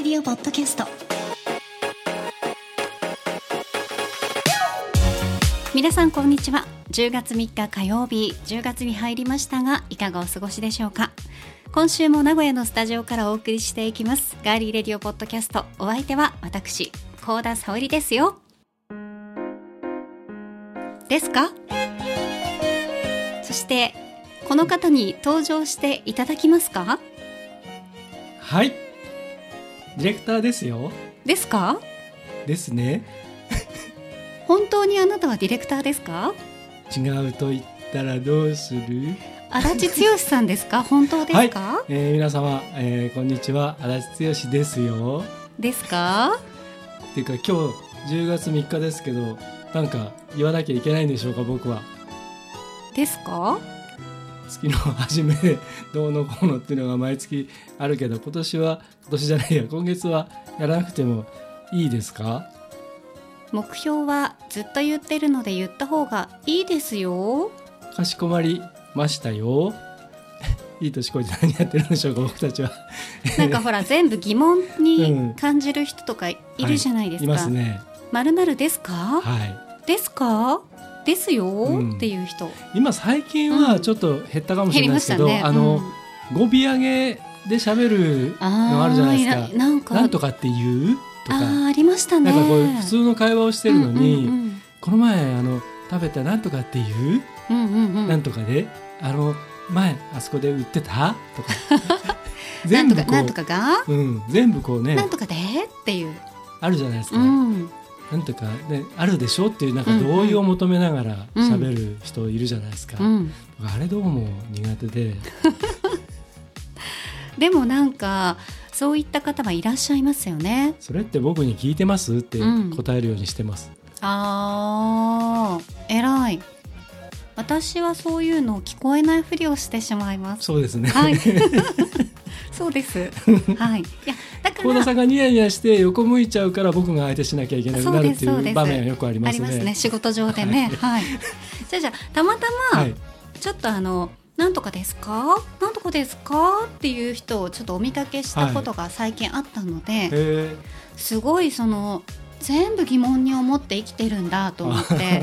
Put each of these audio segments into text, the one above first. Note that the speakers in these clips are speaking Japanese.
ディオポッドキャスト。皆さんこんにちは。10月3日火曜日、10月に入りましたがいかがお過ごしでしょうか。今週も名古屋のスタジオからお送りしていきますガーリーレディオポッドキャスト。お相手は私幸田沙織ですよ。ですか。そしてこの方に登場していただきますか。 はい、ディレクターですよ。 ですか。 ですね。 本当にあなたはディレクターですか。 違うと言ったらどうする。 足立剛さんですか。本当ですか。 はい、皆様、こんにちは、足立剛ですよ。 ですか。 っていうか今日10月3日ですけど、なんか言わなきゃいけないんでしょうか。僕はですか。 月の初めでどうのこうのっていうのが毎月あるけど、今月はやらなくてもいいですか。 目標はずっと言ってるので言った方がいいですよ。 かしこまりましたよ。いい年こいて何やってるんでしょうか、僕たちは。 なんかほら全部疑問に感じる人とかいるじゃないですか、 はい、いますね。 〇〇ですか、 はい、 ですかですよ、っていう人。 今最近はちょっと減ったかもしれないですけど、 減りましたね。 語尾上げで喋るのあるじゃないですか。なんとかっていうとかありましたね。 なんかこう普通の会話をしてるのに、この前食べたなんとかっていう、なんとかで前あそこで売ってたとか全部こうなんとかが、 全部こうね、 なんとかでっていうあるじゃないですか、なんとか、ね、あるでしょっていうなんか同意を求めながら喋る人いるじゃないですか、あれどうも苦手ででもなんかそういった方はいらっしゃいますよね。 それって僕に聞いてますって答えるようにしてます、 偉い。私はそういうのを聞こえないふりをしてしまいます。 そうですね、 はいそうです、はい、いやだから幸田さんがニヤニヤして横向いちゃうから僕が相手しなきゃいけなくなるっていう場面はよくありますね。 ありますね、仕事上でね、はい、じゃあたまたま、ちょっとなんとかですかなんとかですかっていう人をちょっとお見かけしたことが最近あったので、すごい全部疑問に思って生きてるんだと思って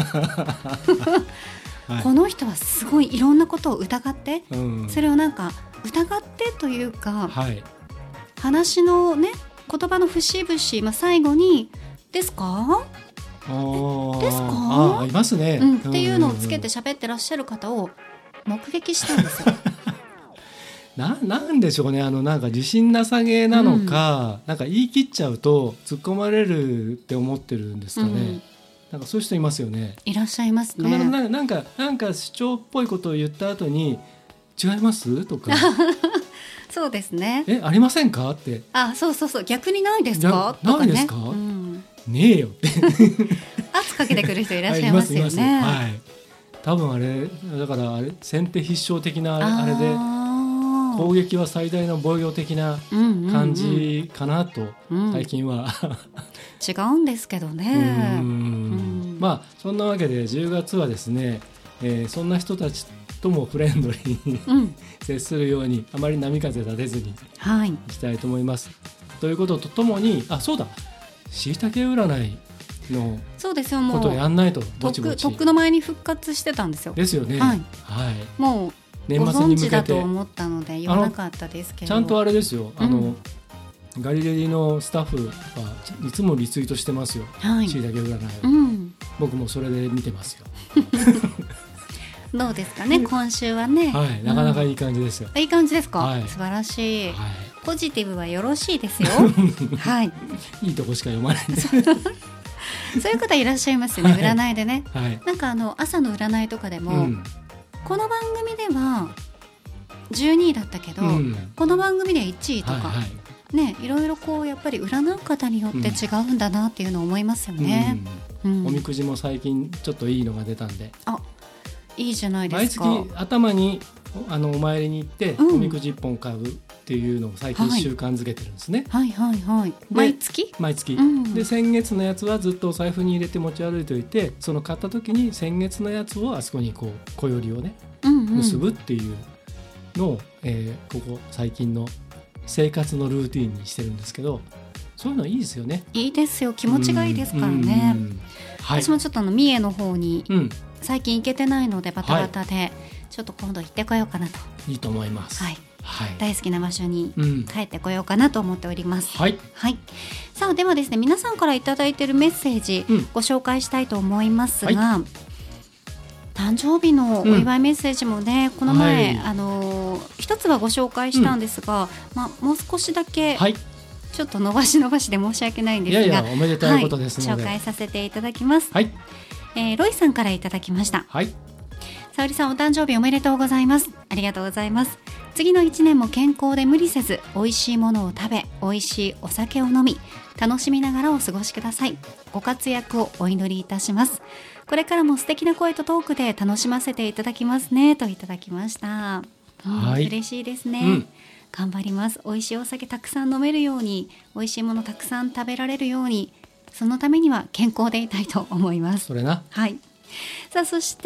この人はすごいいろんなことを疑って、それをなんか疑ってというか、話のね言葉の節々、最後にですかですかいますね、 っていうのをつけて喋ってらっしゃる方を目撃したんですよ。 なんでしょうね、なんか自信なさげなのか、なんか言い切っちゃうと突っ込まれるって思ってるんですかね、なんかそういう人いますよね。 いらっしゃいますね。 なんか主張っぽいことを言った後に違いますとかそうですね。 ありませんかって。 そう逆にないですかとかね。 ないですか、ねえよって圧かけてくる人いらっしゃいますよね。 はい、多分あれだから先手必勝的なあれで攻撃は最大の防御的な感じかなと、最近は違うんですけどね。 そんなわけで10月はですね、そんな人たちともフレンドリーに、接するようにあまり波風立てずにいきたいと思います、ということとともにそうだ、しいたけ占いのことをやんないと。ぼちぼちとっくの前に復活してたんですよ。 ですよね、 もう年末に向けてご存知だと思ったので言わなかったですけど、 ちゃんとあれですよ、ガリレディのスタッフはいつもリツイートしてますよ、しいたけ占いを、僕もそれで見てますよどうですかね、今週はね、 なかなかいい感じですよ。 いい感じですか、素晴らしい、ポジティブはよろしいですよいいとこしか読まないんでそういう方いらっしゃいますよね、占いでね、なんか朝の占いとかでも、この番組では12位だったけど、この番組では1位とか、いろいろこうやっぱり占う方によって違うんだなっていうのを思いますよね、 おみくじも最近ちょっといいのが出たんで、 いいじゃないですか。 毎月頭にお参りに行って、おみくじ1本買うっていうのを最近習慣づけてるんですね、毎月、で先月のやつはずっとお財布に入れて持ち歩いておいて、その買った時に先月のやつをあそこにこう小よりをね、結ぶっていうのを、ここ最近の生活のルーティンにしてるんですけど、 そういうのいいですよね。 いいですよ、気持ちがいいですからね。はい、私もちょっと三重の方に最近行けてないのでバタバタで、はい、ちょっと今度行ってこようかなと。 いいと思います。 はいはい、大好きな場所に帰ってこようかなと思っております。はい、はい、さあではですね、皆さんからいただいているメッセージ、ご紹介したいと思いますが、はい、誕生日のお祝いメッセージもね、この前、はい、一つはご紹介したんですが、もう少しだけ、はい、ちょっと伸ばしで申し訳ないんですが、 いやいやおめでたいことですので、 紹介させていただきます。はい、ロイさんからいただきました。はい、沙織さん、お誕生日おめでとうございます。ありがとうございます。次の1年も健康で無理せず、美味しいものを食べ、美味しいお酒を飲み、楽しみながらお過ごしください。ご活躍をお祈りいたします。これからも素敵な声とトークで楽しませていただきますね、といただきました。はい、嬉しいですね。頑張ります。美味しいお酒たくさん飲めるように、美味しいものたくさん食べられるように、そのためには健康でいたいと思います。 それな。 はい。さあそして、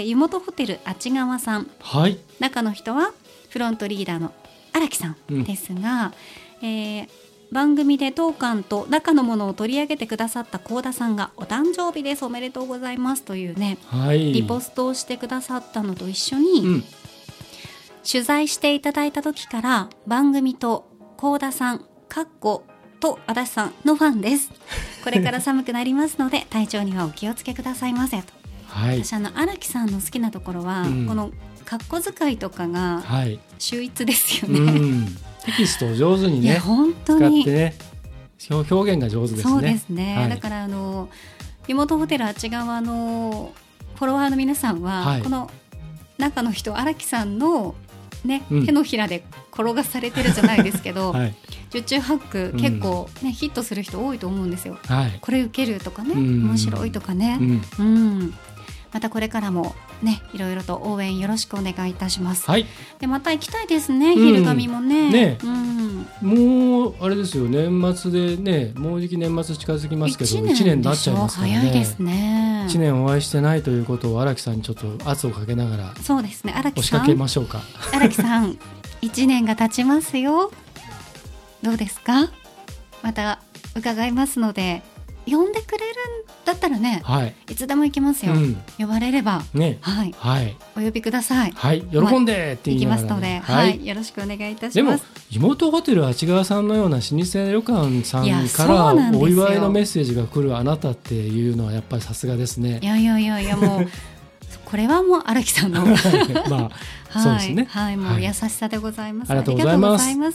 湯本ホテルあちがわさん、はい、中の人はフロントリーダーの荒木さんですが、番組で当館と中のものを取り上げてくださった幸田さんがお誕生日です、おめでとうございますというね、はい、リポストをしてくださったのと一緒に、取材していただいた時から番組と幸田さんと足立さんのファンです。これから寒くなりますので体調にはお気をつけくださいませと。はい、私荒木さんの好きなところは、このカッコ遣いとかが秀逸ですよね。 テキストを上手にね、 本当に使ってね、表現が上手ですね。 そうですね。はい、だから湯本ホテルあっち側のフォロワーの皆さんは、はい、この中の人荒木さんのね、手のひらで転がされてるじゃないですけど、はい、十中八九結構、ね、ヒットする人多いと思うんですよ。はい、これ受けるとかね、面白いとかね、またこれからもね、いろいろと応援よろしくお願いいたします。はい、でまた行きたいですね、昼神もね。 もうあれですよ、年末でね、もうじき年末近づきますけど、1年になっちゃいますからね。 早いですね。 1年お会いしてないということを荒木さんにちょっと圧をかけながら、 そうですね、荒木さん、 押しかけましょうか。 荒木さん1年が経ちますよ。どうですか。また伺いますので、呼んでくれるんだったらね、はい、いつでも行きますよ。呼ばれれば、ね、はい、はい、お呼びください。はい、喜んでって言いながら、ね、行きますので、はい、よろしくお願いいたします。 でも湯本ホテルあちがわさんのような老舗旅館さんからお祝いのメッセージが来るあなたっていうのはやっぱりさすがですね。 いやもうこれはもう荒木さんのまあそうですね。 はい、もう優しさでございます。 ありがとうございます。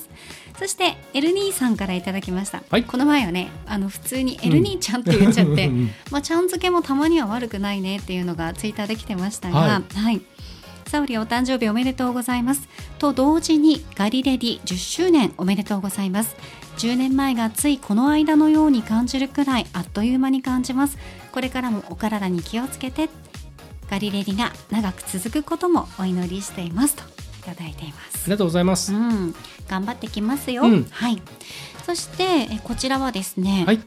そしてエルニーさんからいただきました。はい、この前はね、普通にエルニーちゃんって言っちゃって、ちゃん付けもたまには悪くないねっていうのがツイッターで来てましたが、はい、沙織お誕生日おめでとうございますと同時にガリレディ10周年おめでとうございます。10年前がついこの間のように感じるくらいあっという間に感じます。これからもお体に気をつけて、ガリレディが長く続くこともお祈りしていますといただいています。 ありがとうございます。 頑張ってきますよ。はい。そしてこちらはですね、はい、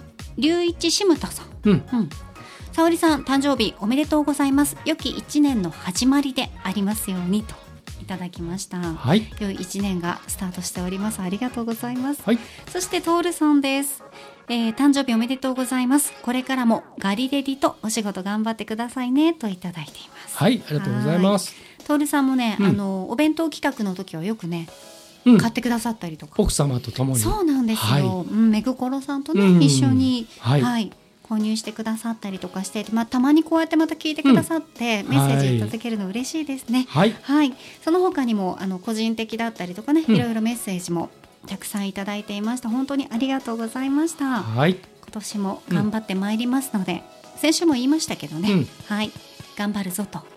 龍一しむたさん、沙織さん誕生日おめでとうございます。良き1年の始まりでありますようにといただきました。はい、良い1年がスタートしております。ありがとうございます。はい、そしてトールさんです。誕生日おめでとうございます。これからもガリレディとお仕事頑張ってくださいねといただいています。 はい、ありがとうございます。 トールさんもね、お弁当企画の時はよくね、買ってくださったりとか、 奥様と共に。 そうなんですよ。めぐころさんとね、一緒に、購入してくださったりとかして、たまにこうやってまた聞いてくださって、メッセージいただけるの嬉しいですね。はい、その他にも個人的だったりとかね、いろいろメッセージもたくさんいただいていました。本当にありがとうございました。はい、今年も頑張ってまいりますので、先週も言いましたけどね、はい、頑張るぞと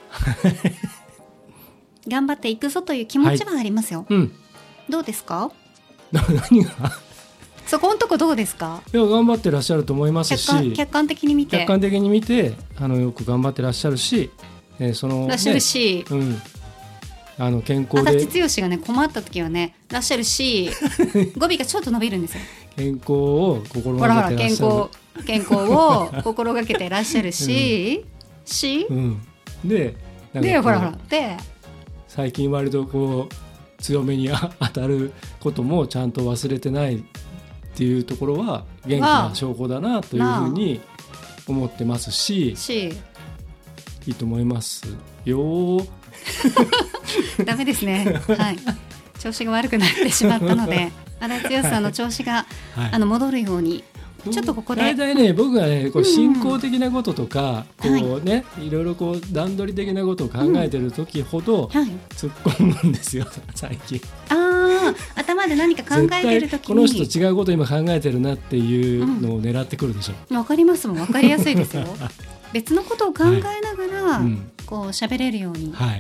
頑張っていくぞという気持ちはありますよ。どうですか。 何がそこのとこどうですか。 いや、頑張ってらっしゃると思いますし、 客観的に見てよく頑張ってらっしゃるし、 らっしゃるし、 健康で足立剛がね、困った時はね、らっしゃるし語尾がちょっと伸びるんですよ。 健康を心がけてらっしゃる。 健康を心がけてらっしゃるし、 でほらで最近割とこう強めに当たることもちゃんと忘れてないっていうところは元気な証拠だなというふうに思ってますし、いいと思いますよ。 ダメですね、はい、調子が悪くなってしまったので足立剛さんの調子が、はい、戻るようにちょっとここで大体ね、僕がねこう進行的なこととか、こうね、いろいろこう段取り的なことを考えてる時ほど突っ込むんですよ、最近。 頭で何か考えてる時にこの人違うこと今考えてるなっていうのを狙ってくるでしょ。 わかりますもん、わかりやすいですよ。別のことを考えながら、こう喋れるように、はい、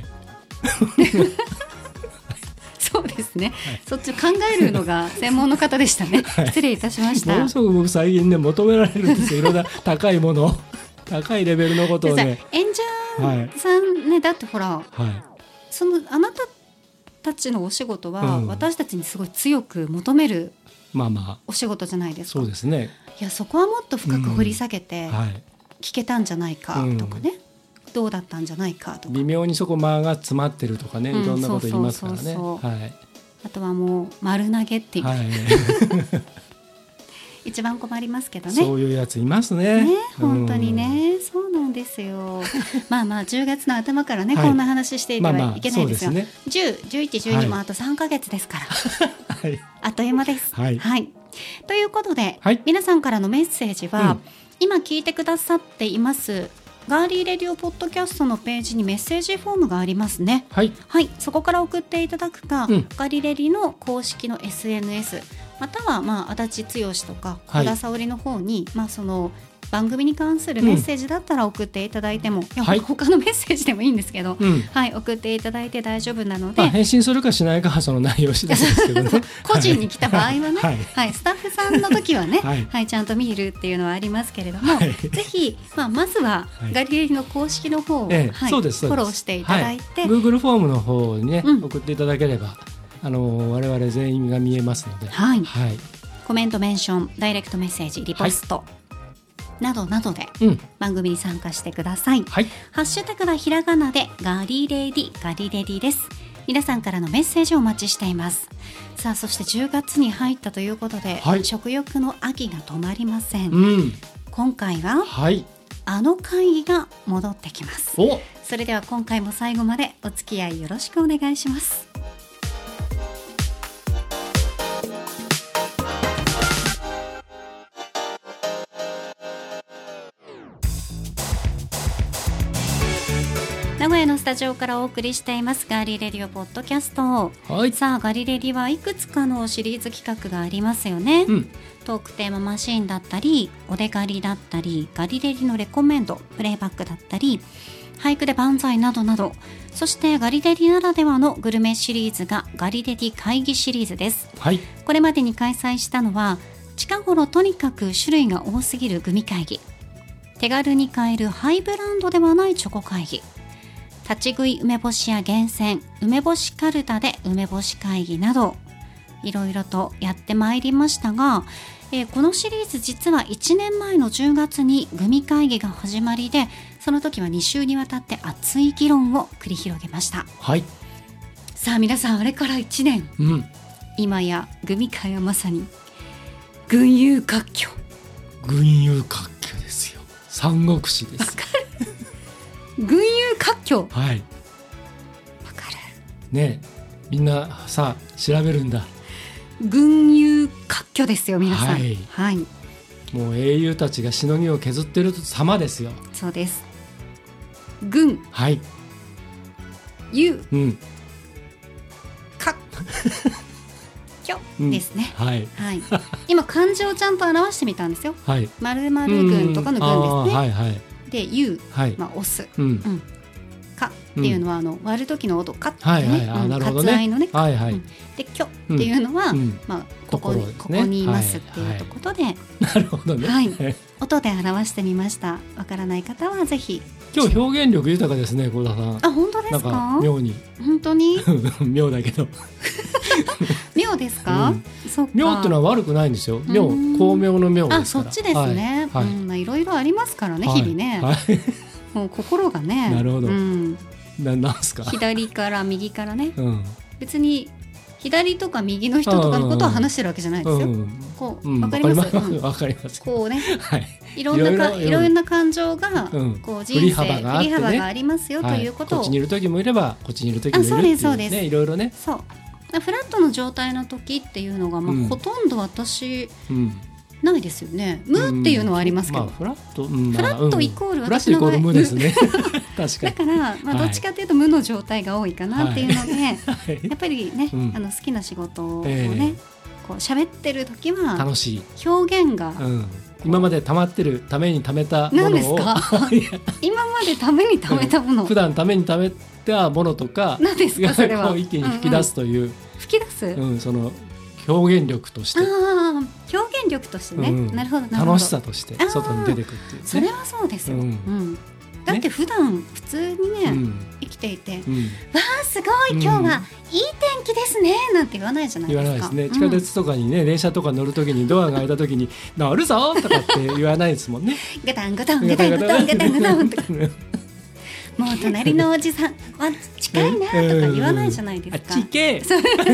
そうですね、はい、そっち考えるのが専門の方でしたね、はい、失礼いたしました。 ものすごく僕最近ね求められるんですよ、いろんな高いもの高いレベルのことをね。 演者さんね、だってほら、はい、そのあなたたちのお仕事は、私たちにすごい強く求めるお仕事じゃないですか。 そうですね。 いや、そこはもっと深く掘り下げて聞けたんじゃないかとかね、どうだったんじゃないかとか、 微妙にそこ間が詰まってるとかね、いろんなこと言いますからね。 あとはもう丸投げっていう、はい、一番困りますけどね。 そういうやついますね。 本当にね、そうなんですよ。まあ10月の頭からね、こんな話していてはいけないですよ。10、11、12もあと3ヶ月ですから、はい、あっという間です。はい、ということで、皆さんからのメッセージは、今聞いてくださっていますガーリーレディオポッドキャストのページにメッセージフォームがありますね。はい、そこから送っていただくか、ガリレディの公式の SNS または足立剛とか小田沙織の方に、その番組に関するメッセージだったら送っていただいても、他のメッセージでもいいんですけど、送っていただいて大丈夫なので、 返信するかししないかはその内容次第ですけどね個人に来た場合はね、スタッフさんの時はね、ちゃんと見るっていうのはありますけれども、ぜひ、まずはガリレディの公式の方を、フォローしていただいて、 Google フォームの方にね、送っていただければ我々全員が見えますので、 コメント、メンション、ダイレクトメッセージ、リポスト、などなどで番組に参加してください。ハッシュタグはひらがなでガリレディ、ガリレディです。皆さんからのメッセージをお待ちしています。さあ、そして10月に入ったということで、食欲の秋が止まりません。今回は、あの会議が戻ってきます。それでは今回も最後までお付き合いよろしくお願いします。名古屋のスタジオからお送りしていますガーリーレディオポッドキャスト、さあガリレディはいくつかのシリーズ企画がありますよね、トークテーママシーンだったり、おでガリだったり、ガリレディのレコメンド、プレイバックだったり、俳句で万歳などなど、そしてガリレディならではのグルメシリーズがガリレディ会議シリーズです。これまでに開催したのは、近頃とにかく種類が多すぎるグミ会議、手軽に買えるハイブランドではないチョコ会議、立ち食い梅干しや厳選梅干しカルタで梅干し会議など、いろいろとやってまいりましたが、このシリーズ実は1年前の10月にグミ会議が始まりで、その時は2週にわたって熱い議論を繰り広げました。さあ皆さん、あれから1年、今やグミ界はまさに群雄割拠。 群雄割拠ですよ。三国志です。 群雄割拠。わかるね。みんなさ調べるんだ。 群雄割拠ですよ皆さん。 もう英雄たちがしのぎを削ってる様ですよ。 そうです。群、雄、割拠ですね。今漢字をちゃんと表してみたんですよ。〇〇群とかの群ですね。で、雄、押す、かっていうのは割る時の音、かってね、割愛のね。で、きょっていうのはここにいますっていうことで、 なるほどね。 音で表してみました。わからない方はぜひ。 今日表現力豊かですね、幸田さん。 あ、本当ですか？ 妙に。 本当に？ 妙だけど。 妙ですか？ 妙ってのは悪くないんですよ。妙、巧妙の妙ですから。 そっちですね。いろいろありますからね、日々ね。もう心がね。 なるほど。なんすか？ 左から右からね。別に左とか右の人とかのことを話してるわけじゃないですよ。こうわかります。 わかります。 こうね、 はい、 いろんな感情がこう人生振り幅がありますよということを、 こっちにいる時もいればこっちにいる時もいるっていうね、そうですいろいろね。 そう。フラットの状態の時っていうのがほとんど私ないですよね。無っていうのはありますけど、 フラットイコール私の場合無ですね。確かに。だからどっちかというと無の状態が多いかなっていうので、やっぱりね、好きな仕事をね、こう喋ってる時は楽しい表現が、 今まで溜まってるために溜めたものを、 何ですか？今までために溜めたもの、 普段ために溜めたものとか、 何ですかそれは？ 一気に吹き出すという、 吹き出す、 その表現力として、 表現力としてね、なるほど楽しさとして外に出てくるっていう、 それはそうですよ。だって普段普通にね、生きていて、わあすごい今日はいい天気ですねなんて言わないじゃないですか。 言わないですね。地下鉄とかにね、電車とか乗るときにドアが開いたときに乗るぞとかって言わないですもんね。 ガタンガタンガタンガタンガタンガタンとかもう隣のおじさんは近いなとか言わないじゃないですか。 近い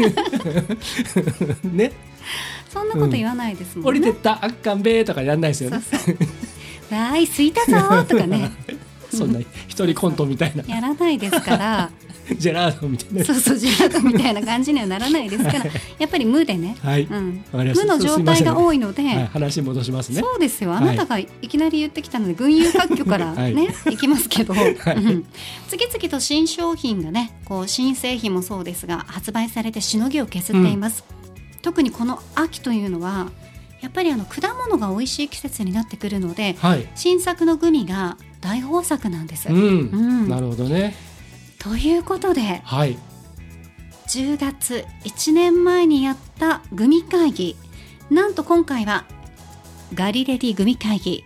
ね、 そんなこと言わないですもんね。 降りてったあっかんべーとかやんないですよね。 わーいすいたぞとかねそんな一人コントみたいなやらないですからジェラードみたいな、 そうジェラードみたいな感じにはならないですからやっぱり無でね、無の状態が多いので、 話戻しますね。 そうですよ、あなたがいきなり言ってきたので群雄割拠からねいきますけど、次々と新商品がね、こう新製品もそうですが発売されてしのぎを削っています。特にこの秋というのはやっぱり果物が美味しい季節になってくるので、新作のグミが大豊作なんです。 なるほどね。 ということで、10月1年前にやったグミ会議、なんと今回はガリレディグミ会議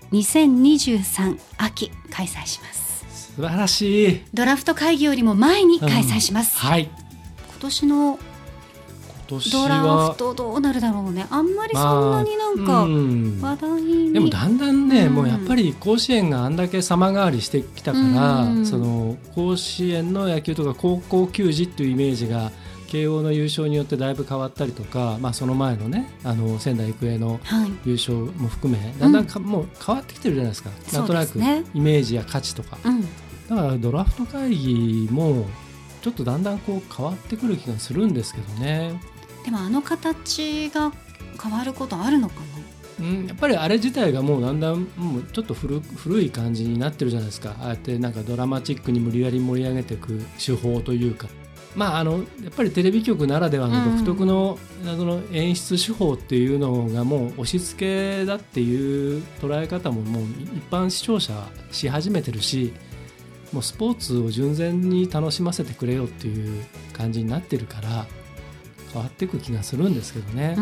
2023秋開催します。 素晴らしい。 ドラフト会議よりも前に開催します。今年のドラフトどうなるだろうね。あんまりそんなになんか話題に、 でもだんだんね、もうやっぱり甲子園があんだけ様変わりしてきたから、その甲子園の野球とか高校球児っていうイメージが慶応の優勝によってだいぶ変わったりとか、その前のね仙台育英の優勝も含め、だんだんもう変わってきてるじゃないですか。なんとなくイメージや価値とか、だからドラフト会議もちょっとだんだんこう変わってくる気がするんですけどね。 でも形が変わることあるのかな。 やっぱりあれ自体がもうだんだんもうちょっと古い感じになってるじゃないですか。ああやってなんかドラマチックに無理やり盛り上げていく手法というか、やっぱりテレビ局ならではの独特の、その演出手法っていうのがもう押し付けだっていう捉え方ももう一般視聴者し始めてるし、もうスポーツを純然に楽しませてくれよっていう感じになってるから変わっていく気がするんですけどね。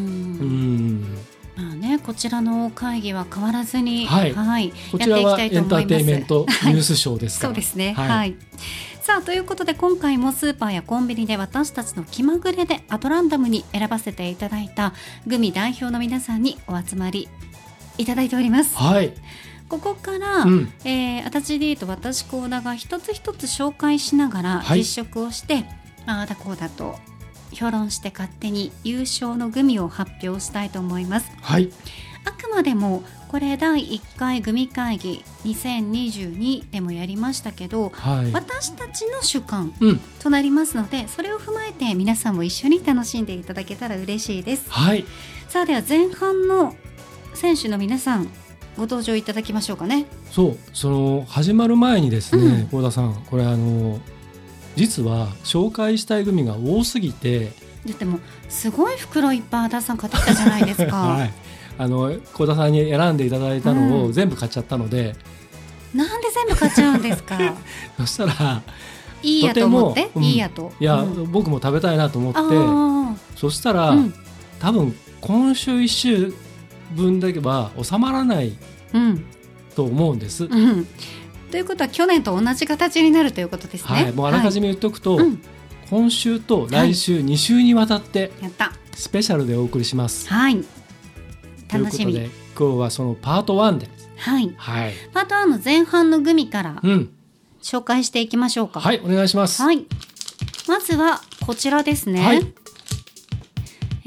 こちらの会議は変わらずに、 こちらはエンターテインメントニュースショーですから、 そうですね。さあということで今回もスーパーやコンビニで私たちの気まぐれでアトランダムに選ばせていただいたグミ代表の皆さんにお集まりいただいております。ここから、あたち D と私コーダが一つ一つ紹介しながら実食をして、ああだこうだと評論して勝手に優勝のグミを発表したいと思います。あくまでもこれ第1回グミ会議2022でもやりましたけど、私たちの主観となりますので、それを踏まえて皆さんも一緒に楽しんでいただけたら嬉しいです。さあでは前半の選手の皆さんご登場いただきましょうかね。 その始まる前にですね、幸田さん、これ実は紹介したいグミが多すぎて、 だってもうすごい袋いっぱい足立さん買ってきたじゃないですか。 幸田さんに選んでいただいたのを全部買っちゃったので、 なんで全部買っちゃうんですか。 そしたらいいやと思って、いいやと、 僕も食べたいなと思って、そしたら、多分今週1週分だけは収まらないと思うんです。 ということは去年と同じ形になるということですね。 もうあらかじめ言っておくと、今週と来週2週にわたってスペシャルでお送りします。楽しみ。ということで今日はそのパート1で、 パート1の前半のグミから紹介していきましょうか。 お願いします。 まずはこちらですね。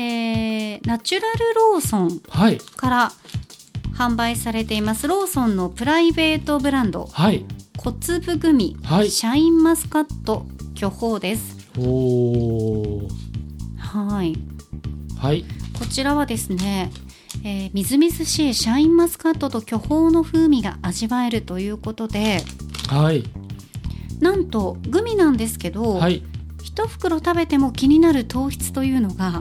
ナチュラルローソンから販売されています、ローソンのプライベートブランド、 はい、 小粒グミ、はい、シャインマスカット巨峰です。はい、はい、こちらはですね、みずみずしいシャインマスカットと巨峰の風味が味わえるということで、はい、なんとグミなんですけど、はい、1袋食べても気になる糖質というのが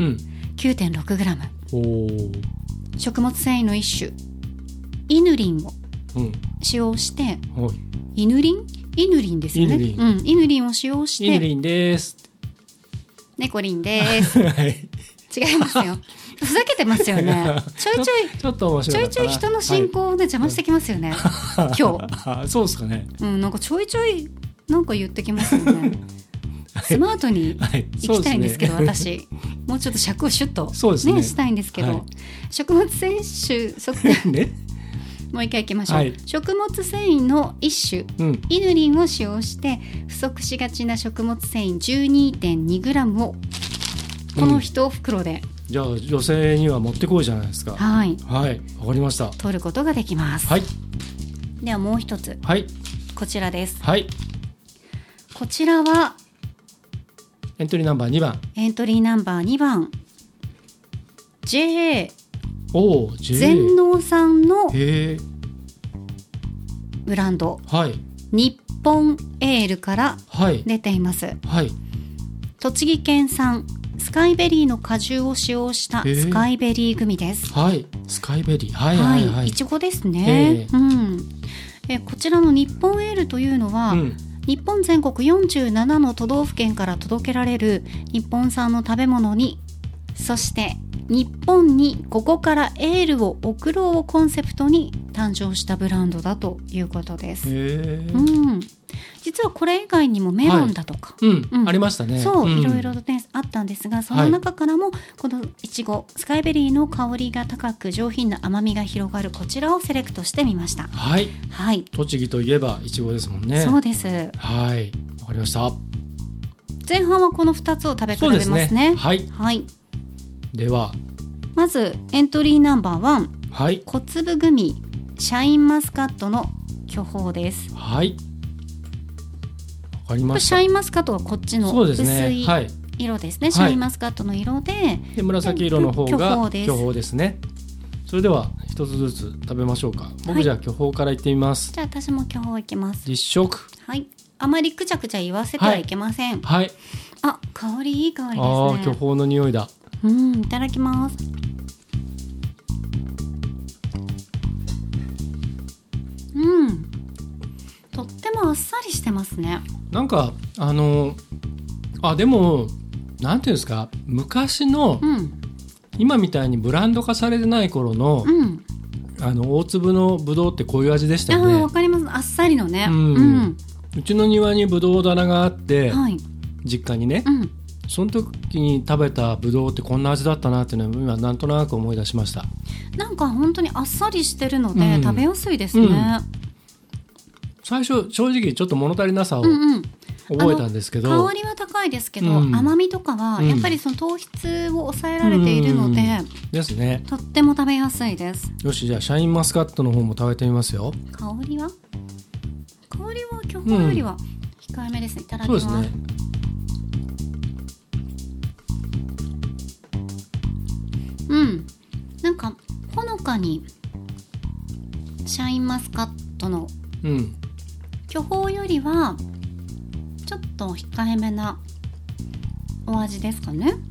9.6g、食物繊維の一種イヌリンを使用して、イヌリンですよね。イヌリンを使用して、 イヌリンです、 猫リンです、はい、違いますよ。ふざけてますよね。ちょいちょい人の進行をね、邪魔してきますよね、今日。そうですかね。 なんかちょいちょいなんか言ってきますよね。スマートに行きたいんですけど、私もうちょっと尺をシュッと、ね、したいんですけど、食物繊維ね、もう一回いきましょう、食物繊維の一種、イヌリンを使用して不足しがちな食物繊維 12.2g をこの1袋で、 じゃあ女性にはもってこいじゃないですか。はい、わかりました。 取ることができます。はい、ではもう一つ、はい、こちらです。はい、こちらはエントリーナンバー2番 JA 全農産のブランド、日本エールから出ています、栃木県産スカイベリーの果汁を使用したスカイベリーグミです。 スカイベリー、 いちごですね。こちらの日本エールというのは、日本全国47の都道府県から届けられる日本産の食べ物に、そして日本にここからエールを送ろうをコンセプトに誕生したブランドだということです。実はこれ以外にもメロンだとか、 ありましたね。 そう、いろいろと、ね、あったんですが、その中からもこのいちごスカイベリーの香りが高く上品な甘みが広がるこちらをセレクトしてみました。 栃木といえばいちごですもんね。 そうです。 わかりました。 前半はこの2つを食べ比べますね。 ではまずエントリーナンバー1、小粒グミシャインマスカットの巨峰です。わかりました。シャインマスカットはこっちの薄い色ですね。シャインマスカットの色で、 紫色の方が巨峰ですね。それでは一つずつ食べましょうか。僕じゃあ巨峰からいってみます。 じゃあ私も巨峰いきます。 実食。 あまりくちゃくちゃ言わせてはいけません。香りいい香りですね。 巨峰の匂いだ。 いただきます。とってもあっさりしてますね。 なんかでもなんていうんですか、昔の、今みたいにブランド化されてない頃の、大粒のブドウってこういう味でしたよね。 わかります。あっさりのね。 うちの庭にブドウ棚があって、実家にね、その時に食べたブドウってこんな味だったなっていうのは今なんとなく思い出しました。 なんか本当にあっさりしてるので、食べやすいですね。 最初正直ちょっと物足りなさを覚えたんですけど、 香りは高いですけど、甘みとかはやっぱりその糖質を抑えられているので、 ですね、 とっても食べやすいです。 よし、じゃあシャインマスカットの方も食べてみますよ。 香りは巨峰よりは控えめですね。いただきます。そうですね。なんかほのかにシャインマスカットの巨峰よりはちょっと控えめなお味ですかね。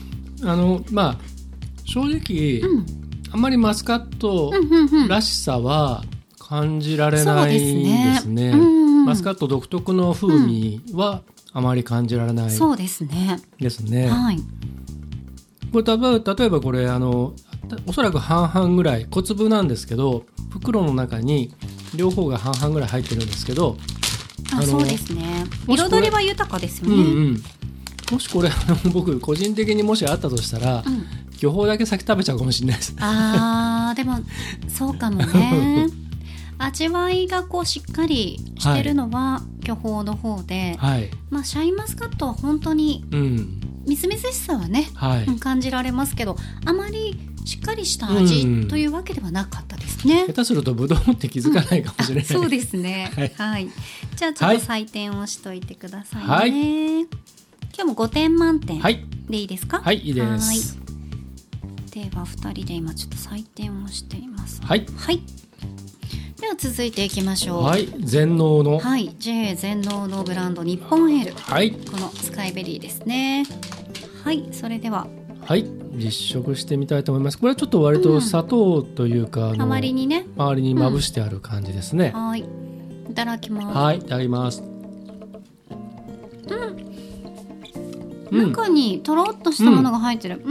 正直、あんまりマスカットらしさは感じられないですね。マスカット独特の風味はあまり感じられない。 そうですね。 ですね。これ例えばこれおそらく半々ぐらい小粒なんですけど、袋の中に両方が半々ぐらい入ってるんですけど、 そうですね。彩りは豊かですよね。 もしこれ僕個人的にもしあったとしたら、巨峰だけ先食べちゃうかもしれないです。 でもそうかもね。味わいがこうしっかりしてるのは巨峰の方で、シャインマスカットは本当にみずみずしさはね、 はい、 感じられますけど、あまりしっかりした味というわけではなかったですね。 下手するとぶどうって気づかないかもしれない、 そうですね、はいはい、じゃあちょっと採点をしといてくださいね、はい、今日も5点満点でいいですか？ はい、いいです。 はい、では2人で今ちょっと採点をしています。 はい、 はい、では続いていきましょう。 はい、全農の、 はい、JA 全農のブランド日本エール、 はい、 このスカイベリーですね。はい、それでははい実食してみたいと思います。これはちょっと割と砂糖というか、 周りにね、 周りにまぶしてある感じですね。 はい、いただきます。 はい、いただきます。 中にとろっとしたものが入ってる。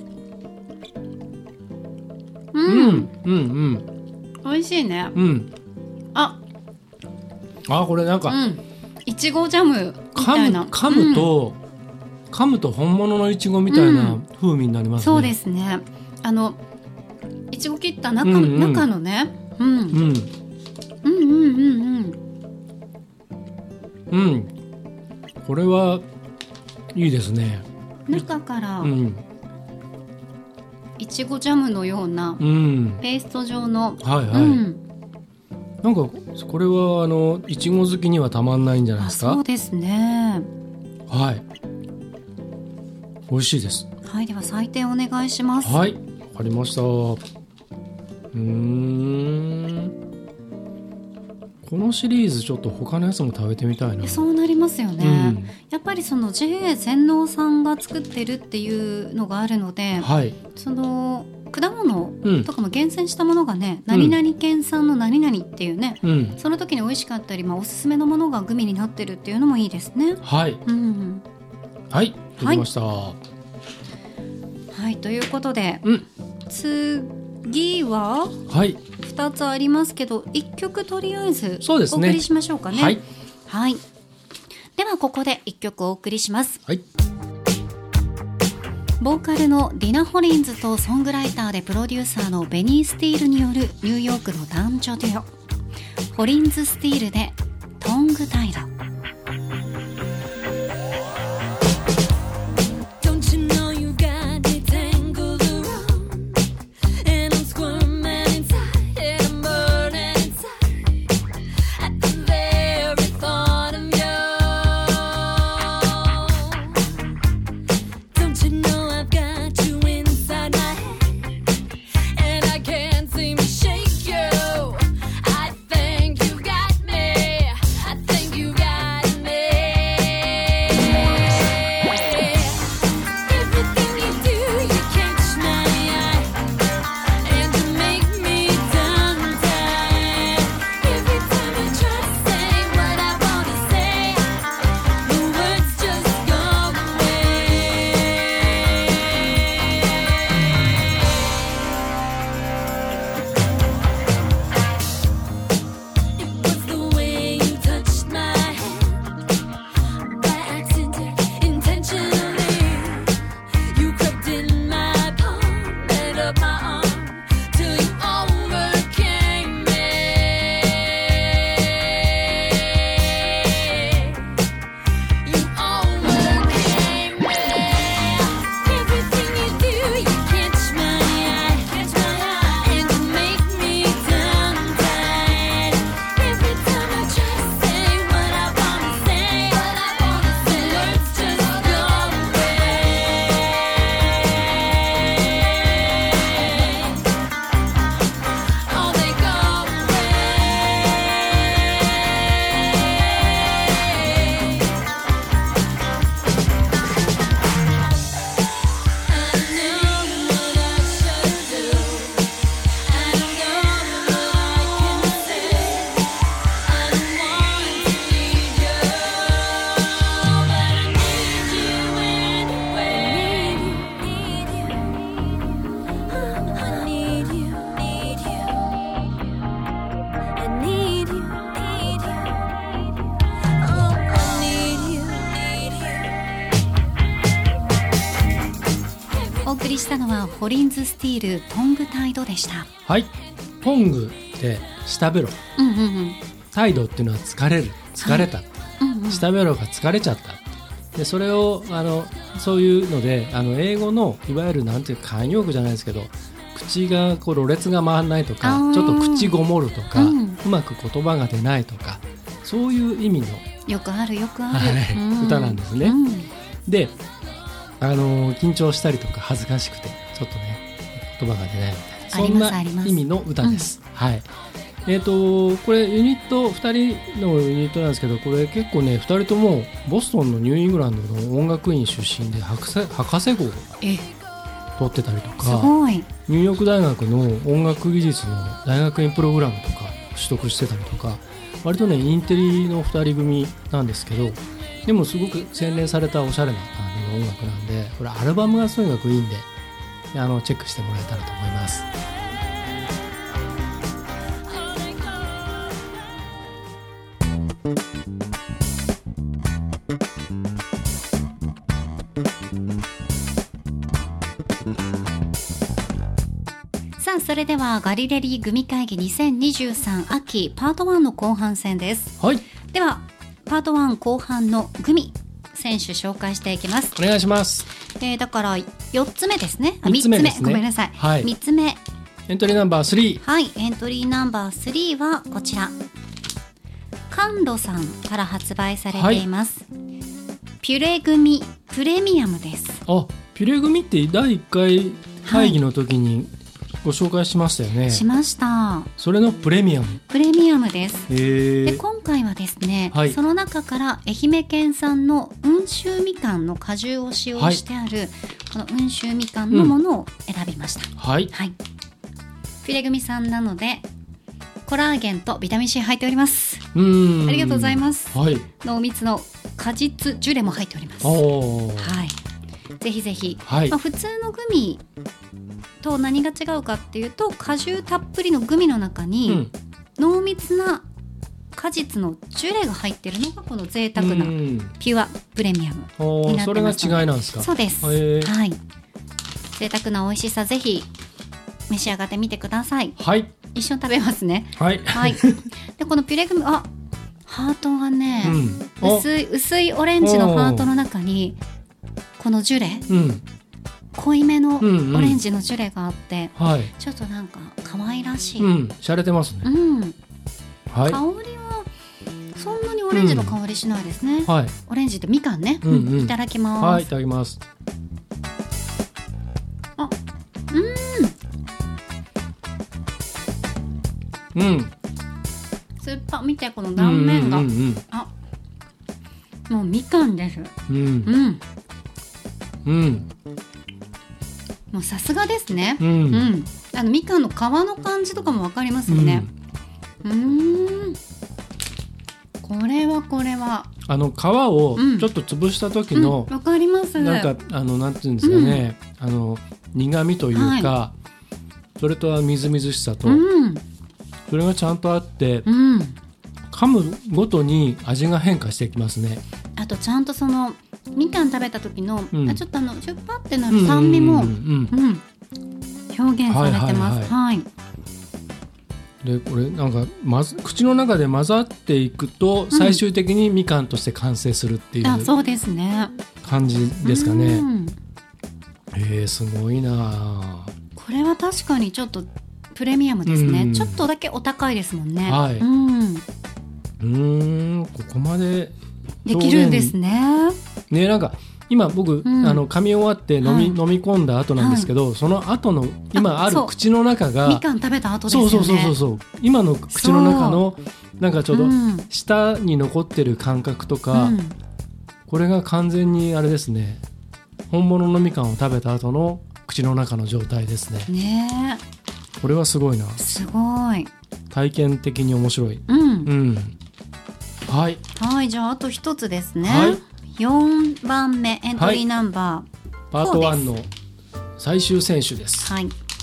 美味しいね。あ、 これなんか、 いちごジャムみたいな。 噛むと本物のいちごみたいな風味になりますね。 そうですね。いちご切った中のね。 これはいいですね。 中からいちごジャムのようなペースト状の、 はいはい、なんかこれはいちご好きにはたまんないんじゃないですか？ そうですね。 はい、美味しいです。 はい、では採点お願いします。 はい、わかりました。このシリーズちょっと他のやつも食べてみたいな。 そうなりますよね、やっぱりその JA 全農さんが作ってるっていうのがあるので、 はい、 その果物とかも厳選したものがね、何々県産の何々っていうね、その時に美味しかったり、おすすめのものがグミになってるっていうのもいいですね。 はい、はい、できました。 はい、ということで、次は、2つありますけど、1曲とりあえずお送りしましょうかね。はい、はい、ではここで1曲お送りします。 はい、 ボーカルのディナ・ホリンズとソングライターでプロデューサーのベニー・スティールによるニューヨークの男女デュオ、ホリンズ・スティールでトングタイド。したのはホリンズスティールトングタイドでした。 はい、トングって舌ベロ、タイドっていうのは疲れる、疲れた、舌ベロが疲れちゃった、 でそれをそういうので英語のいわゆるなんていうか慣用句じゃないですけど、口がこうろれつが回らないとか、ちょっと口ごもるとか、うまく言葉が出ないとか、そういう意味のよくある、 歌なんですね。で緊張したりとか恥ずかしくてちょっとね言葉が出ないみたいな、そんな意味の歌です。はい。これユニット2人のユニットなんですけど、これ結構ね2人ともボストンのニューイングランドの音楽院出身で博士号を取ってたりとか、 すごい。 ニューヨーク大学の音楽技術の大学院プログラムとか取得してたりとか、割とねインテリの2人組なんですけど、でもすごく洗練されたおしゃれな感じの音楽なんで、これアルバムがとにかくいいんでチェックしてもらえたらと思います。 さあ、それではガリレディグミ会議2023秋パート1の後半戦です。 はい。 ではパート1後半のグミ選手紹介していきます。 お願いします。 だから4つ目ですね。 3つ目ですね。 ごめんなさい。 はい、 3つ目。 エントリーナンバー3。 はい、エントリーナンバー3はこちら。カンロさんから発売されています。はい、ピュレグミプレミアムです。 あ、ピュレグミって第1回会議の時にご紹介しましたよね。 しました。 それのプレミアム。 プレミアムです。で今回はですね、はい、その中から愛媛県産の温州みかんの果汁を使用してある、はい、この温州みかんのものを選びました。 はい、 はい、ピュレグミさんなのでコラーゲンとビタミン C 入っております。ありがとうございます。 はい、 濃密の果実ジュレも入っております。はい、ぜひぜひ、はい、普通のグミと何が違うかっていうと、果汁たっぷりのグミの中に濃密な果実のジュレが入ってるのがこの贅沢なピュアプレミアムになってますので。 それが違いなんですか？ そうです。はい、贅沢な美味しさ、ぜひ召し上がってみてください。 はい、 一緒に食べますね。 はい、 はい、でこのピュレグミ、ハートがね、薄いオレンジのハートの中にこのジュレ、濃いめのオレンジのジュレがあって、はい、ちょっとなんか可愛らしい。 洒落てますね。 はい、香りはそんなにオレンジの香りしないですね。はい、オレンジってみかんね。いただきます。 はい、いただきます。 酸っぱ、見てこの断面が、もうみかんです。もうさすがですね。みかんの皮の感じとかもわかりますよね。これは皮をちょっと潰した時の、 わかります。 なんかなんていうんですかね、苦味というか、それとみずみずしさと、それがちゃんとあって、噛むごとに味が変化していきますね。あとちゃんとそのみかん食べた時の、ちょっとシュッパってなる酸味も表現されてます。はい。 でこれなんか口の中で混ざっていくと、最終的にみかんとして完成するっていうそうですね、 感じですかね。すごいな。 これは確かにちょっとプレミアムですね。ちょっとだけお高いですもんね。 はい。ここまでできるんですね。 なんか今僕、噛み終わって飲み込んだ後なんですけど、その後の今ある口の中がみかん食べた後ですよね。 そう今の口の中のなんかちょうど舌に残ってる感覚とか、これが完全にあれですね、本物のみかんを食べた後の口の中の状態ですね。これはすごいな。 すごい体験的に面白い。はい、じゃああと一つですね。4番目エントリーナンバーパート1の最終選手です。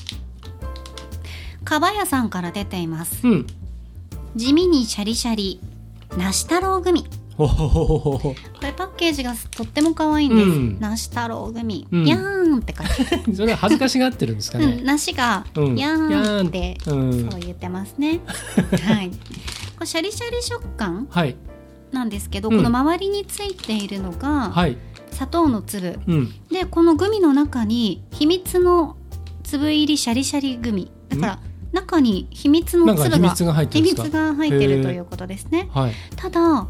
かばやさんから出ています。地味にシャリシャリ梨太郎グミ。これパッケージがとっても可愛いんです。梨太郎グミ、やーんって書いてそれは恥ずかしがってるんですかね。 梨がやーんって、そう言ってますね。はい、これシャリシャリ食感なんですけど、この周りについているのが、砂糖の粒、でこのグミの中に秘密の粒入りシャリシャリグミだから、中に秘密の粒が秘密が入ってるということですね。ただ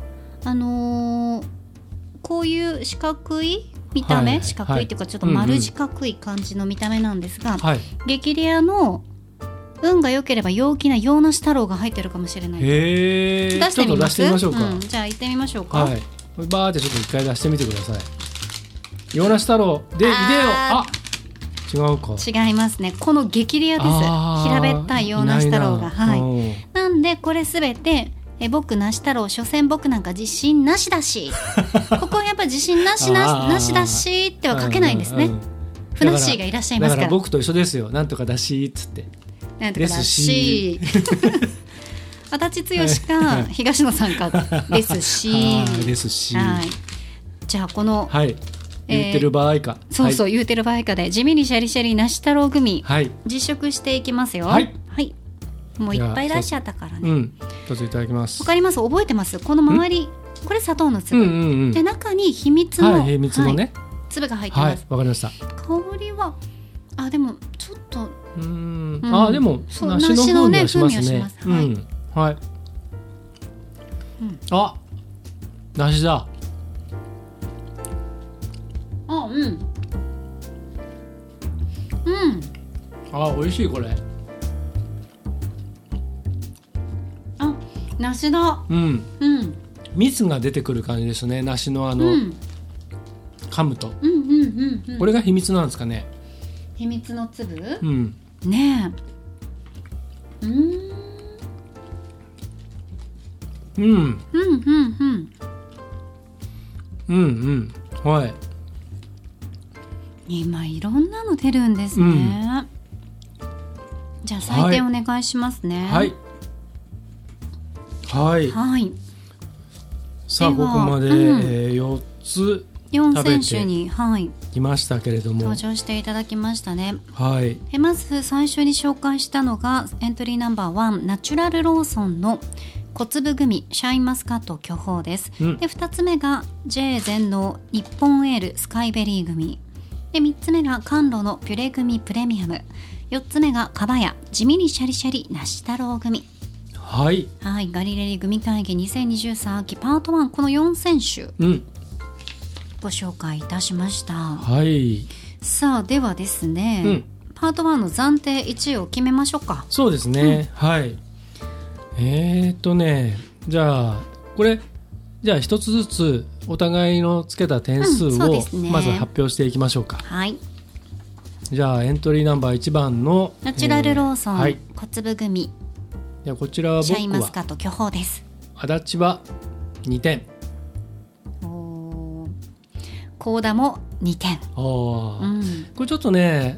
こういう四角い見た目、四角いっていうかちょっと丸四角い感じの見た目なんですが、激レアの運が良ければ陽気な洋梨太郎が入ってるかもしれない。 出してみます？ちょっと出してみましょうか。 じゃあ行ってみましょうか。 バーってちょっと一回出してみてください。洋梨太郎でいでよ。違うか。 違いますね。この激レアです。平べったい洋梨太郎が。なんでこれすべて僕梨太郎、所詮僕なんか自信なしだしここはやっぱ自信なしだしっては書けないんですね。ふなっしーがいらっしゃいますから。 だから僕と一緒ですよ。なんとかだしっつってなんとかだし足立剛か東野さんかですしじゃあこの、 言ってる場合か、 そう言ってる場合かで地味にシャリシャリ梨太郎グミ、実食していきますよ。もういっぱい出しちゃったからね。 どうぞいただきます。 わかります？覚えてます？この周りこれ砂糖の粒、で中に秘密の、 ね、 粒が入ってます。 わかりました。 香りはでもちょっとでも梨の風味はしますね。梨だ。美味しいこれ。 梨だ。 蜜が出てくる感じですね。梨の噛むと。これが秘密なんですかね。 秘密の粒？ねえ。今いろんなの出るんですね。じゃあ採点お願いしますね。 さあここまで4つ 4選手にきましたけれども、 登場していただきましたね。まず最初に紹介したのがエントリーナンバー1ナチュラルローソンの小粒グミシャインマスカット巨峰です。で2つ目が J 全農日本エールスカイベリーグミで、3つ目が甘露のピュレグミプレミアム、4つ目がかばや地味にシャリシャリ梨太郎グミ。ガリレリグミ会議2023秋パート1、この4選手、ご紹介いたしました。さあではですね、パート1の暫定1位を決めましょうか。 そうですね。じゃあこれ一つずつお互いのつけた点数をまず発表していきましょうか。じゃあエントリーナンバー1番のナチュラルローソン、小粒グミ、 こちらは僕はシャインマスカット巨峰です。 足立は2点、 高田も2点。 これちょっとね、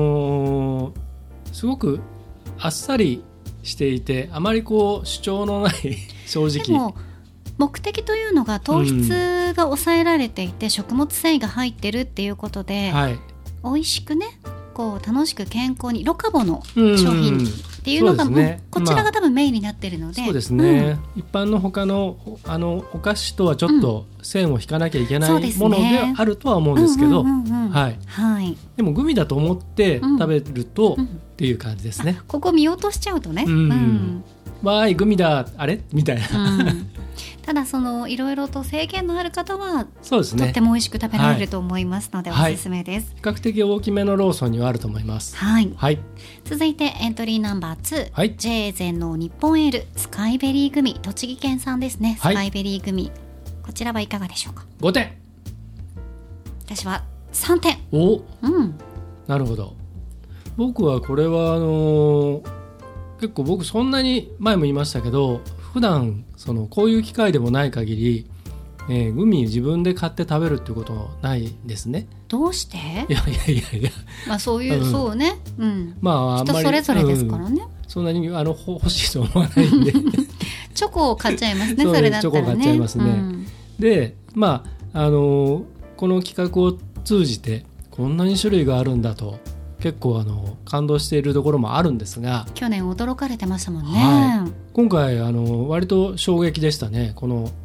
すごくあっさりしていてあまり主張のない正直。 でも目的というのが糖質が抑えられていて、食物繊維が入ってるっていうことで、美味しくね楽しく健康にロカボの商品っていうのがこちらが多分メインになってるので、 そうですね、一般の他のお菓子とはちょっと線を引かなきゃいけないものであるとは思うんですけど、でもグミだと思って食べるとっていう感じですね。 ここ見落としちゃうとね、 わーいグミだあれみたいな、 ただいろいろと制限のある方はそうですね、 とっても美味しく食べられると思いますので、おすすめです。 比較的大きめのローソンにはあると思います。 続いてエントリーナンバー2、J 全農日本エールスカイベリーグミ、栃木県産ですね。スカイベリーグミ、こちらはいかがでしょうか。 5点。 私は3点。 なるほど。僕はこれは結構僕そんなに前も言いましたけど、普段こういう機会でもない限り、グミ自分で買って食べるっていうことないですね。 どうして？ いやそういう、そうね、 あんまり人それぞれですからね、 そんなに欲しいと思わないんでチョコを買っちゃいますね。それだったらね、 チョコ買っちゃいますね。でこの企画を通じてこんなに種類があるんだと結構感動しているところもあるんですが、 去年驚かれてましたもんね。 今回割と衝撃でしたね。この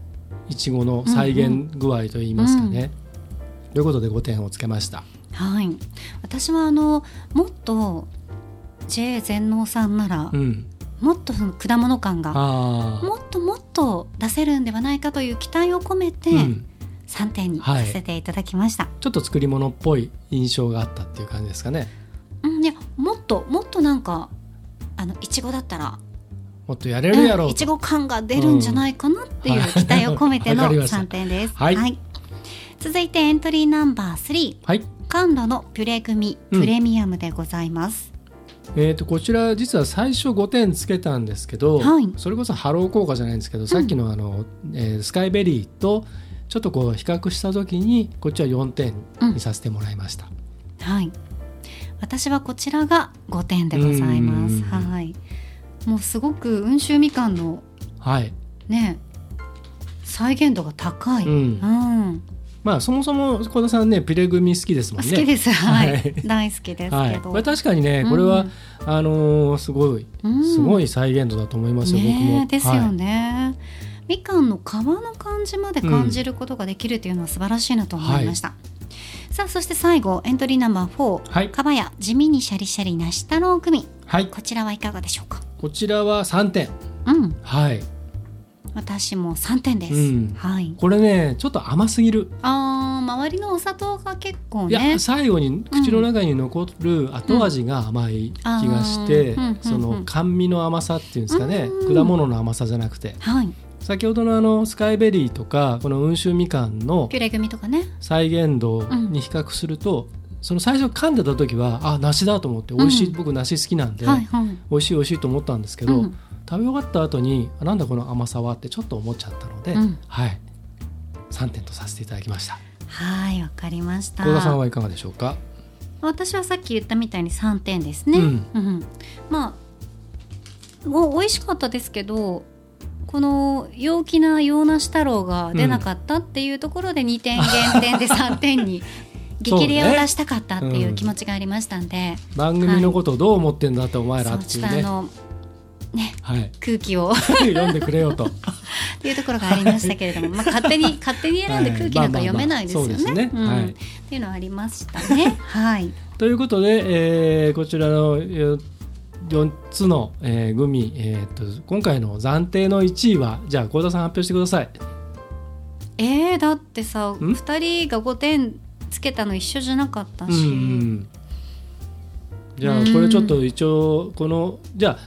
いちごの再現具合といいますかね、ということで5点をつけました。 はい、私はもっと JA 全農さんなら、もっとその果物感がもっともっと出せるんではないかという期待を込めて、3点にさせていただきました。 ちょっと作り物っぽい印象があったっていう感じですかね。 いやもっとなんかいちごだったらもっとやれるやろうと、 いちご感が出るんじゃないかなっていう期待を込めての3点です。はい、続いてエントリーナンバー3、甘露のピュレグミプレミアムでございます。 こちら実は最初5点つけたんですけど、それこそハロー効果じゃないんですけど、さっきのスカイベリーとちょっとこう比較した時にこっちは4点にさせてもらいました。 はい、私はこちらが5点でございます。はい、もうすごく温州みかんの、ね、再現度が高い。 まあそもそも小田さんねピュレグミ好きですもんね。 好きです、大好きですけど、 確かにねこれは、すごい再現度だと思いますよ、僕も。 ですよね。みかんの皮の感じまで感じることができるというのは素晴らしいなと思いました。さあそして最後エントリーナンバー4、かばや地味にシャリシャリ梨太郎グミ、こちらはいかがでしょうか。 こちらは3点。 私も3点です。 これねちょっと甘すぎる。 周りのお砂糖が結構ね、 いや最後に口の中に残る後味が甘い気がして、その甘味の甘さっていうんですかね、果物の甘さじゃなくて、先ほどのスカイベリーとかこの温州みかんのピュレグミとかね再現度に比較すると、その最初噛んでた時は梨だと思って美味しい、僕梨好きなんで、美味しいと思ったんですけど、食べ終わった後になんだこの甘さはってちょっと思っちゃったので、3点とさせていただきました。 わかりました。 幸田さんはいかがでしょうか。 私はさっき言ったみたいに3点ですね。まあ美味しかったですけど、この陽気な洋梨太郎が出なかったっていうところで2点減点で3点に激励を出したかったっていう気持ちがありましたんで、 番組のことをどう思ってんだってお前らっていうね、 空気を読んでくれよとっていうところがありましたけれども、勝手に選んで空気なんか読めないですよね。っていうのはありましたね。 ということで、こちらの4つの、グミ、今回の暫定の1位はじゃあ幸田さん発表してください。 だってさ2人が5点つけたの一緒じゃなかったし、 じゃあこれちょっと一応この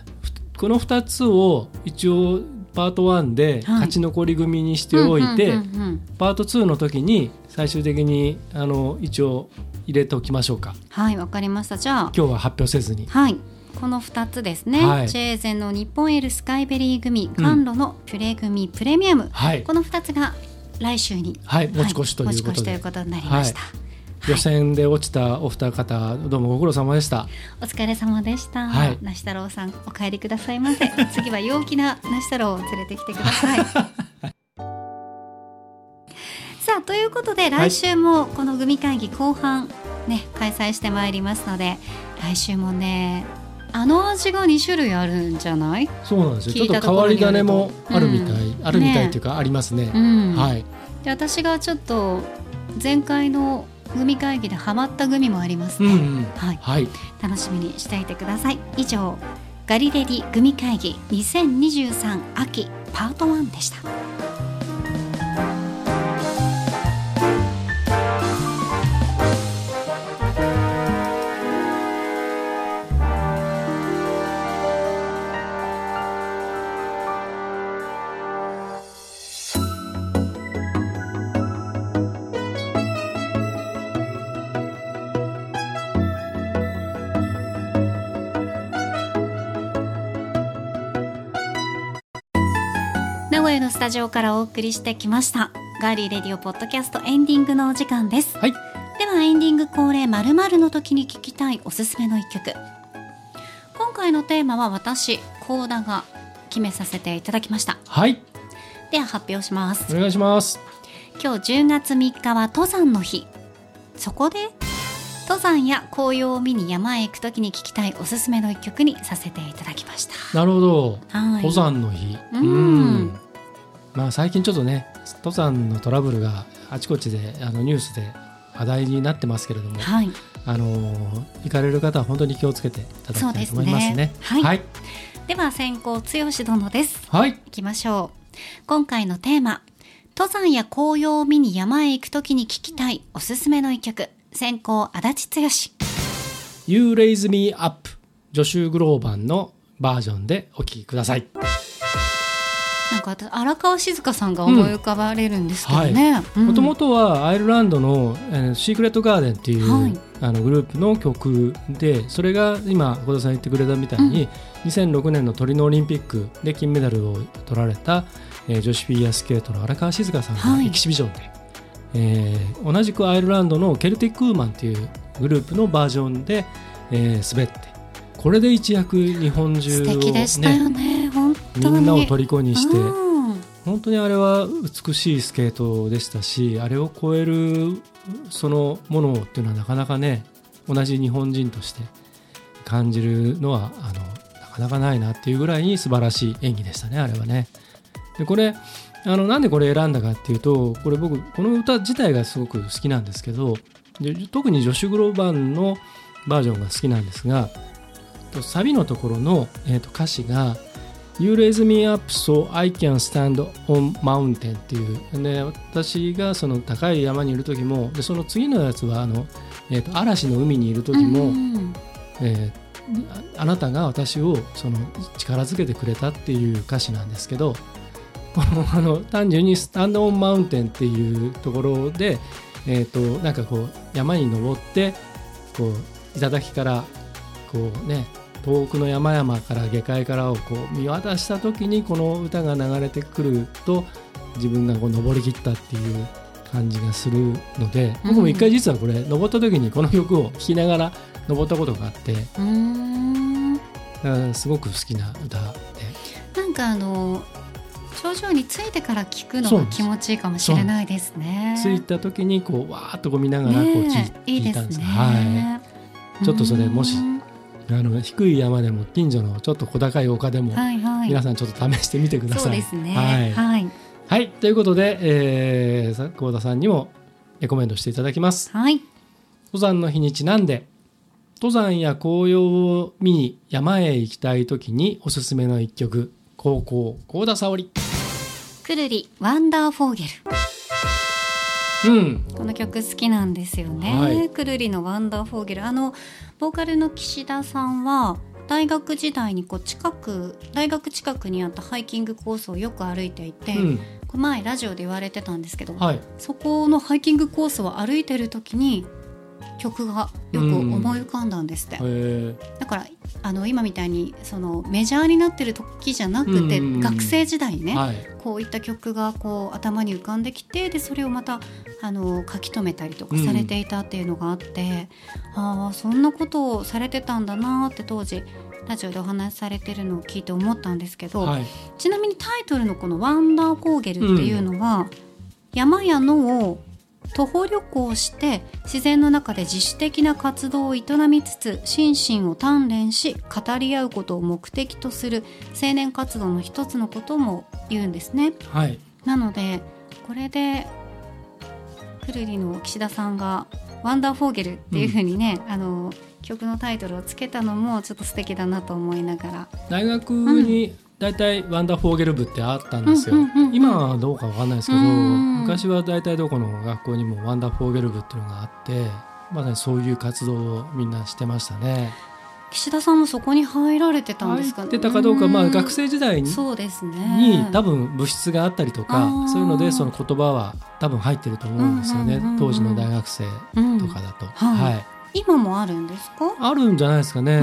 2つを一応パート1で勝ち残り組にしておいて、パート2の時に最終的に一応入れておきましょうか。 わかりました。じゃあ今日は発表せずに、この2つですね、JA 全農日本エールスカイベリーグミ、甘露のピュレグミプレミアム、この2つが来週に、 持ち越しということになりました。 予選で落ちたお二方どうもご苦労様でした。 お疲れ様でした。梨太郎さんお帰りくださいませ。次は陽気な梨太郎を連れてきてください。さあということで来週もこのグミ会議後半ね開催してまいりますので、来週もね味が2種類あるんじゃない？ そうなんですよ。ちょっと変わり種もあるみたい、あるみたいっていうかありますね。 で私がちょっと前回のグミ会議でハマったグミもありますね。楽しみにしていてください。以上ガリレディグミ会議2023秋パート1でした。名古屋のスタジオからお送りしてきましたガーリーレディオポッドキャストエンディングのお時間です。ではエンディング恒例〇〇の時に聴きたいおすすめの一曲。今回のテーマは私幸田が決めさせていただきました。では発表します。 お願いします。 今日10月3日は登山の日。そこで登山や紅葉を見に山へ行く時に聴きたいおすすめの一曲にさせていただきました。 なるほど、登山の日。まあ最近ちょっとね登山のトラブルがあちこちでニュースで話題になってますけれども、はい、行かれる方は本当に気をつけていただきたいと思いますね。 はいはい、では先行剛殿です。 はい、 行きましょう。今回のテーマ、登山や紅葉を見に山へ行くときに聴きたいおすすめの一曲。先行足立剛。 You Raise Me Up、 ジョシュ・グローバンのバージョンでお聴きください。 なんか荒川静香さんが思い浮かばれるんですけどね。 もともとはアイルランドの、シークレットガーデンっていう、はい、グループの曲で、それが今小田さん言ってくれたみたいに、2006年のトリノオリンピックで金メダルを取られた、女子フィギュアスケートの荒川静香さんがエキシビジョンで、同じくアイルランドのケルティックウーマンっていうグループのバージョンで、滑って、これで一躍日本中を、ね、 素敵でしたよね。本当にみんなを虜にして、本当にあれは美しいスケートでしたし、あれを超えるそのものっていうのはなかなかね、同じ日本人として感じるのはなかなかないなっていうぐらいに素晴らしい演技でしたね、あれはね。でこれなんでこれ選んだかっていうと、これ僕この歌自体がすごく好きなんですけど、特にジョシュ・グローバンのバージョンが好きなんですが、サビのところの、歌詞が You raise me up so I can stand on mountain っていう、ね、私がその高い山にいる時も、でその次のやつは嵐の海にいる時も、あなたが私をその力づけてくれたっていう歌詞なんですけど、単純にスタンドオンマウンテンっていうところで、なんかこう山に登ってこう頂からこうね、遠くの山々から下界からをこう見渡した時にこの歌が流れてくると、自分がこう登り切ったっていう感じがするので、僕も一回実はこれ登った時にこの曲を聴きながら登ったことがあって、すごく好きな歌で、 なんか頂上に着いてから聴くのが気持ちいいかもしれないですね。 着いた時にこうわーっとこう見ながらこう聴いたんです。はい、ちょっとそれもし低い山でも近所のちょっと小高い丘でも、皆さんちょっと試してみてください。 そうですね。 はいはい、ということで、幸田さんにもレコメンドしていただきます。 はい、 登山の日にちなんで、登山や紅葉を見に山へ行きたい時におすすめの一曲、幸田沙織、 くるりワンダーフォーゲル。この曲好きなんですよね。はい、くるりのワンダーフォーゲル。ボーカルの岸田さんは大学時代に大学近くにあったハイキングコースをよく歩いていて、前ラジオで言われてたんですけど、はい、そこのハイキングコースを歩いてる時に曲がよく思い浮かんだんですって。だから今みたいにそのメジャーになってる時じゃなくて、学生時代にね、はい、こういった曲がこう頭に浮かんできて、でそれをまた書き留めたりとかされていたっていうのがあって、そんなことをされてたんだなって当時ラジオでお話しされてるのを聞いて思ったんですけど、はい、ちなみにタイトルのこのワンダーフォーゲルっていうのは、山や野を徒歩旅行して自然の中で自主的な活動を営みつつ心身を鍛錬し語り合うことを目的とする青年活動の一つのことも言うんですね。 はい、 なのでこれでくるりの岸田さんがワンダーフォーゲルっていう風にね、曲のタイトルをつけたのもちょっと素敵だなと思いながら、 大学にだいたいワンダーフォーゲル部ってあったんですよ。今はどうかわかんないですけど、昔はだいたいどこの学校にもワンダーフォーゲル部っていうのがあって、まさにそういう活動をみんなしてましたね。 岸田さんもそこに入られてたんですかね。 入ってたかどうか、学生時代に、 そうですね、 多分部室があったりとか、そういうのでその言葉は多分入ってると思うんですよね、当時の大学生とかだと。はい、 今もあるんですか？ あるんじゃないですかね。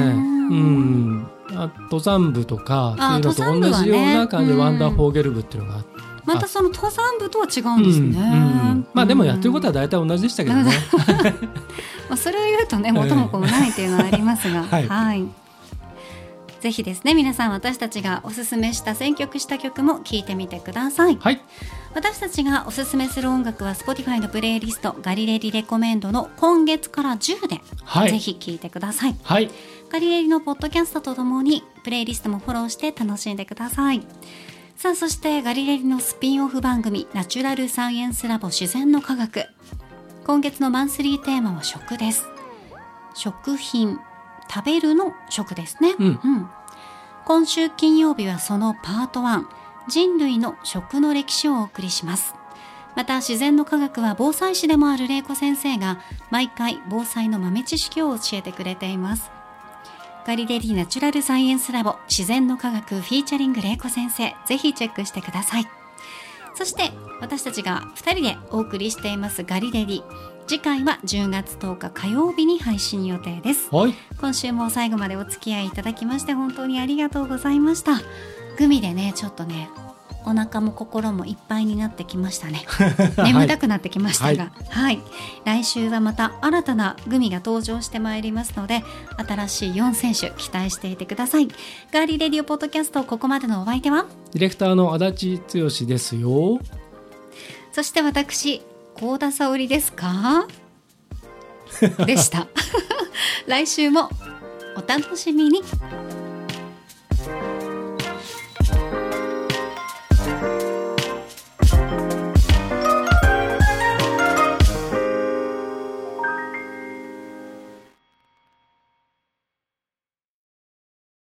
登山部とかっていうのと同じような感じでワンダーフォーゲル部っていうのがあって、 またその登山部とは違うんですね。 でもやってることは大体同じでしたけどね。 それを言うとね、元も子もないというのはありますが、はい、ぜひですね、皆さん私たちがおすすめした選曲した曲も聴いてみてください。 はい、 私たちがおすすめする音楽は Spotify のプレイリストガリレディレコメンドの今月から10で、ぜひ聴いてください。 はい、 ガリレディのポッドキャストとともにプレイリストもフォローして楽しんでください。 さあ、そしてガリレディのスピンオフ番組ナチュラルサイエンスラボ自然の科学、今月のマンスリーテーマは食です。食品、食べるの食ですね、今週金曜日はそのパート1、人類の食の歴史をお送りします。また自然の科学は防災士でもある玲子先生が毎回防災の豆知識を教えてくれています。ガリレディナチュラルサイエンスラボ自然の科学フィーチャリング玲子先生、ぜひチェックしてください。そして私たちが2人でお送りしていますガリレディ、次回は10月10日火曜日に配信予定です、今週も最後までお付き合いいただきまして本当にありがとうございました。グミでね、ちょっとねお腹も心もいっぱいになってきましたね眠たくなってきましたが、来週はまた新たなグミが登場してまいりますので、新しい4選手期待していてください。ガーリーレディオポッドキャスト、ここまでのお相手はディレクターの足立剛ですよ。 そして私幸田沙織ですかでした来週もお楽しみに。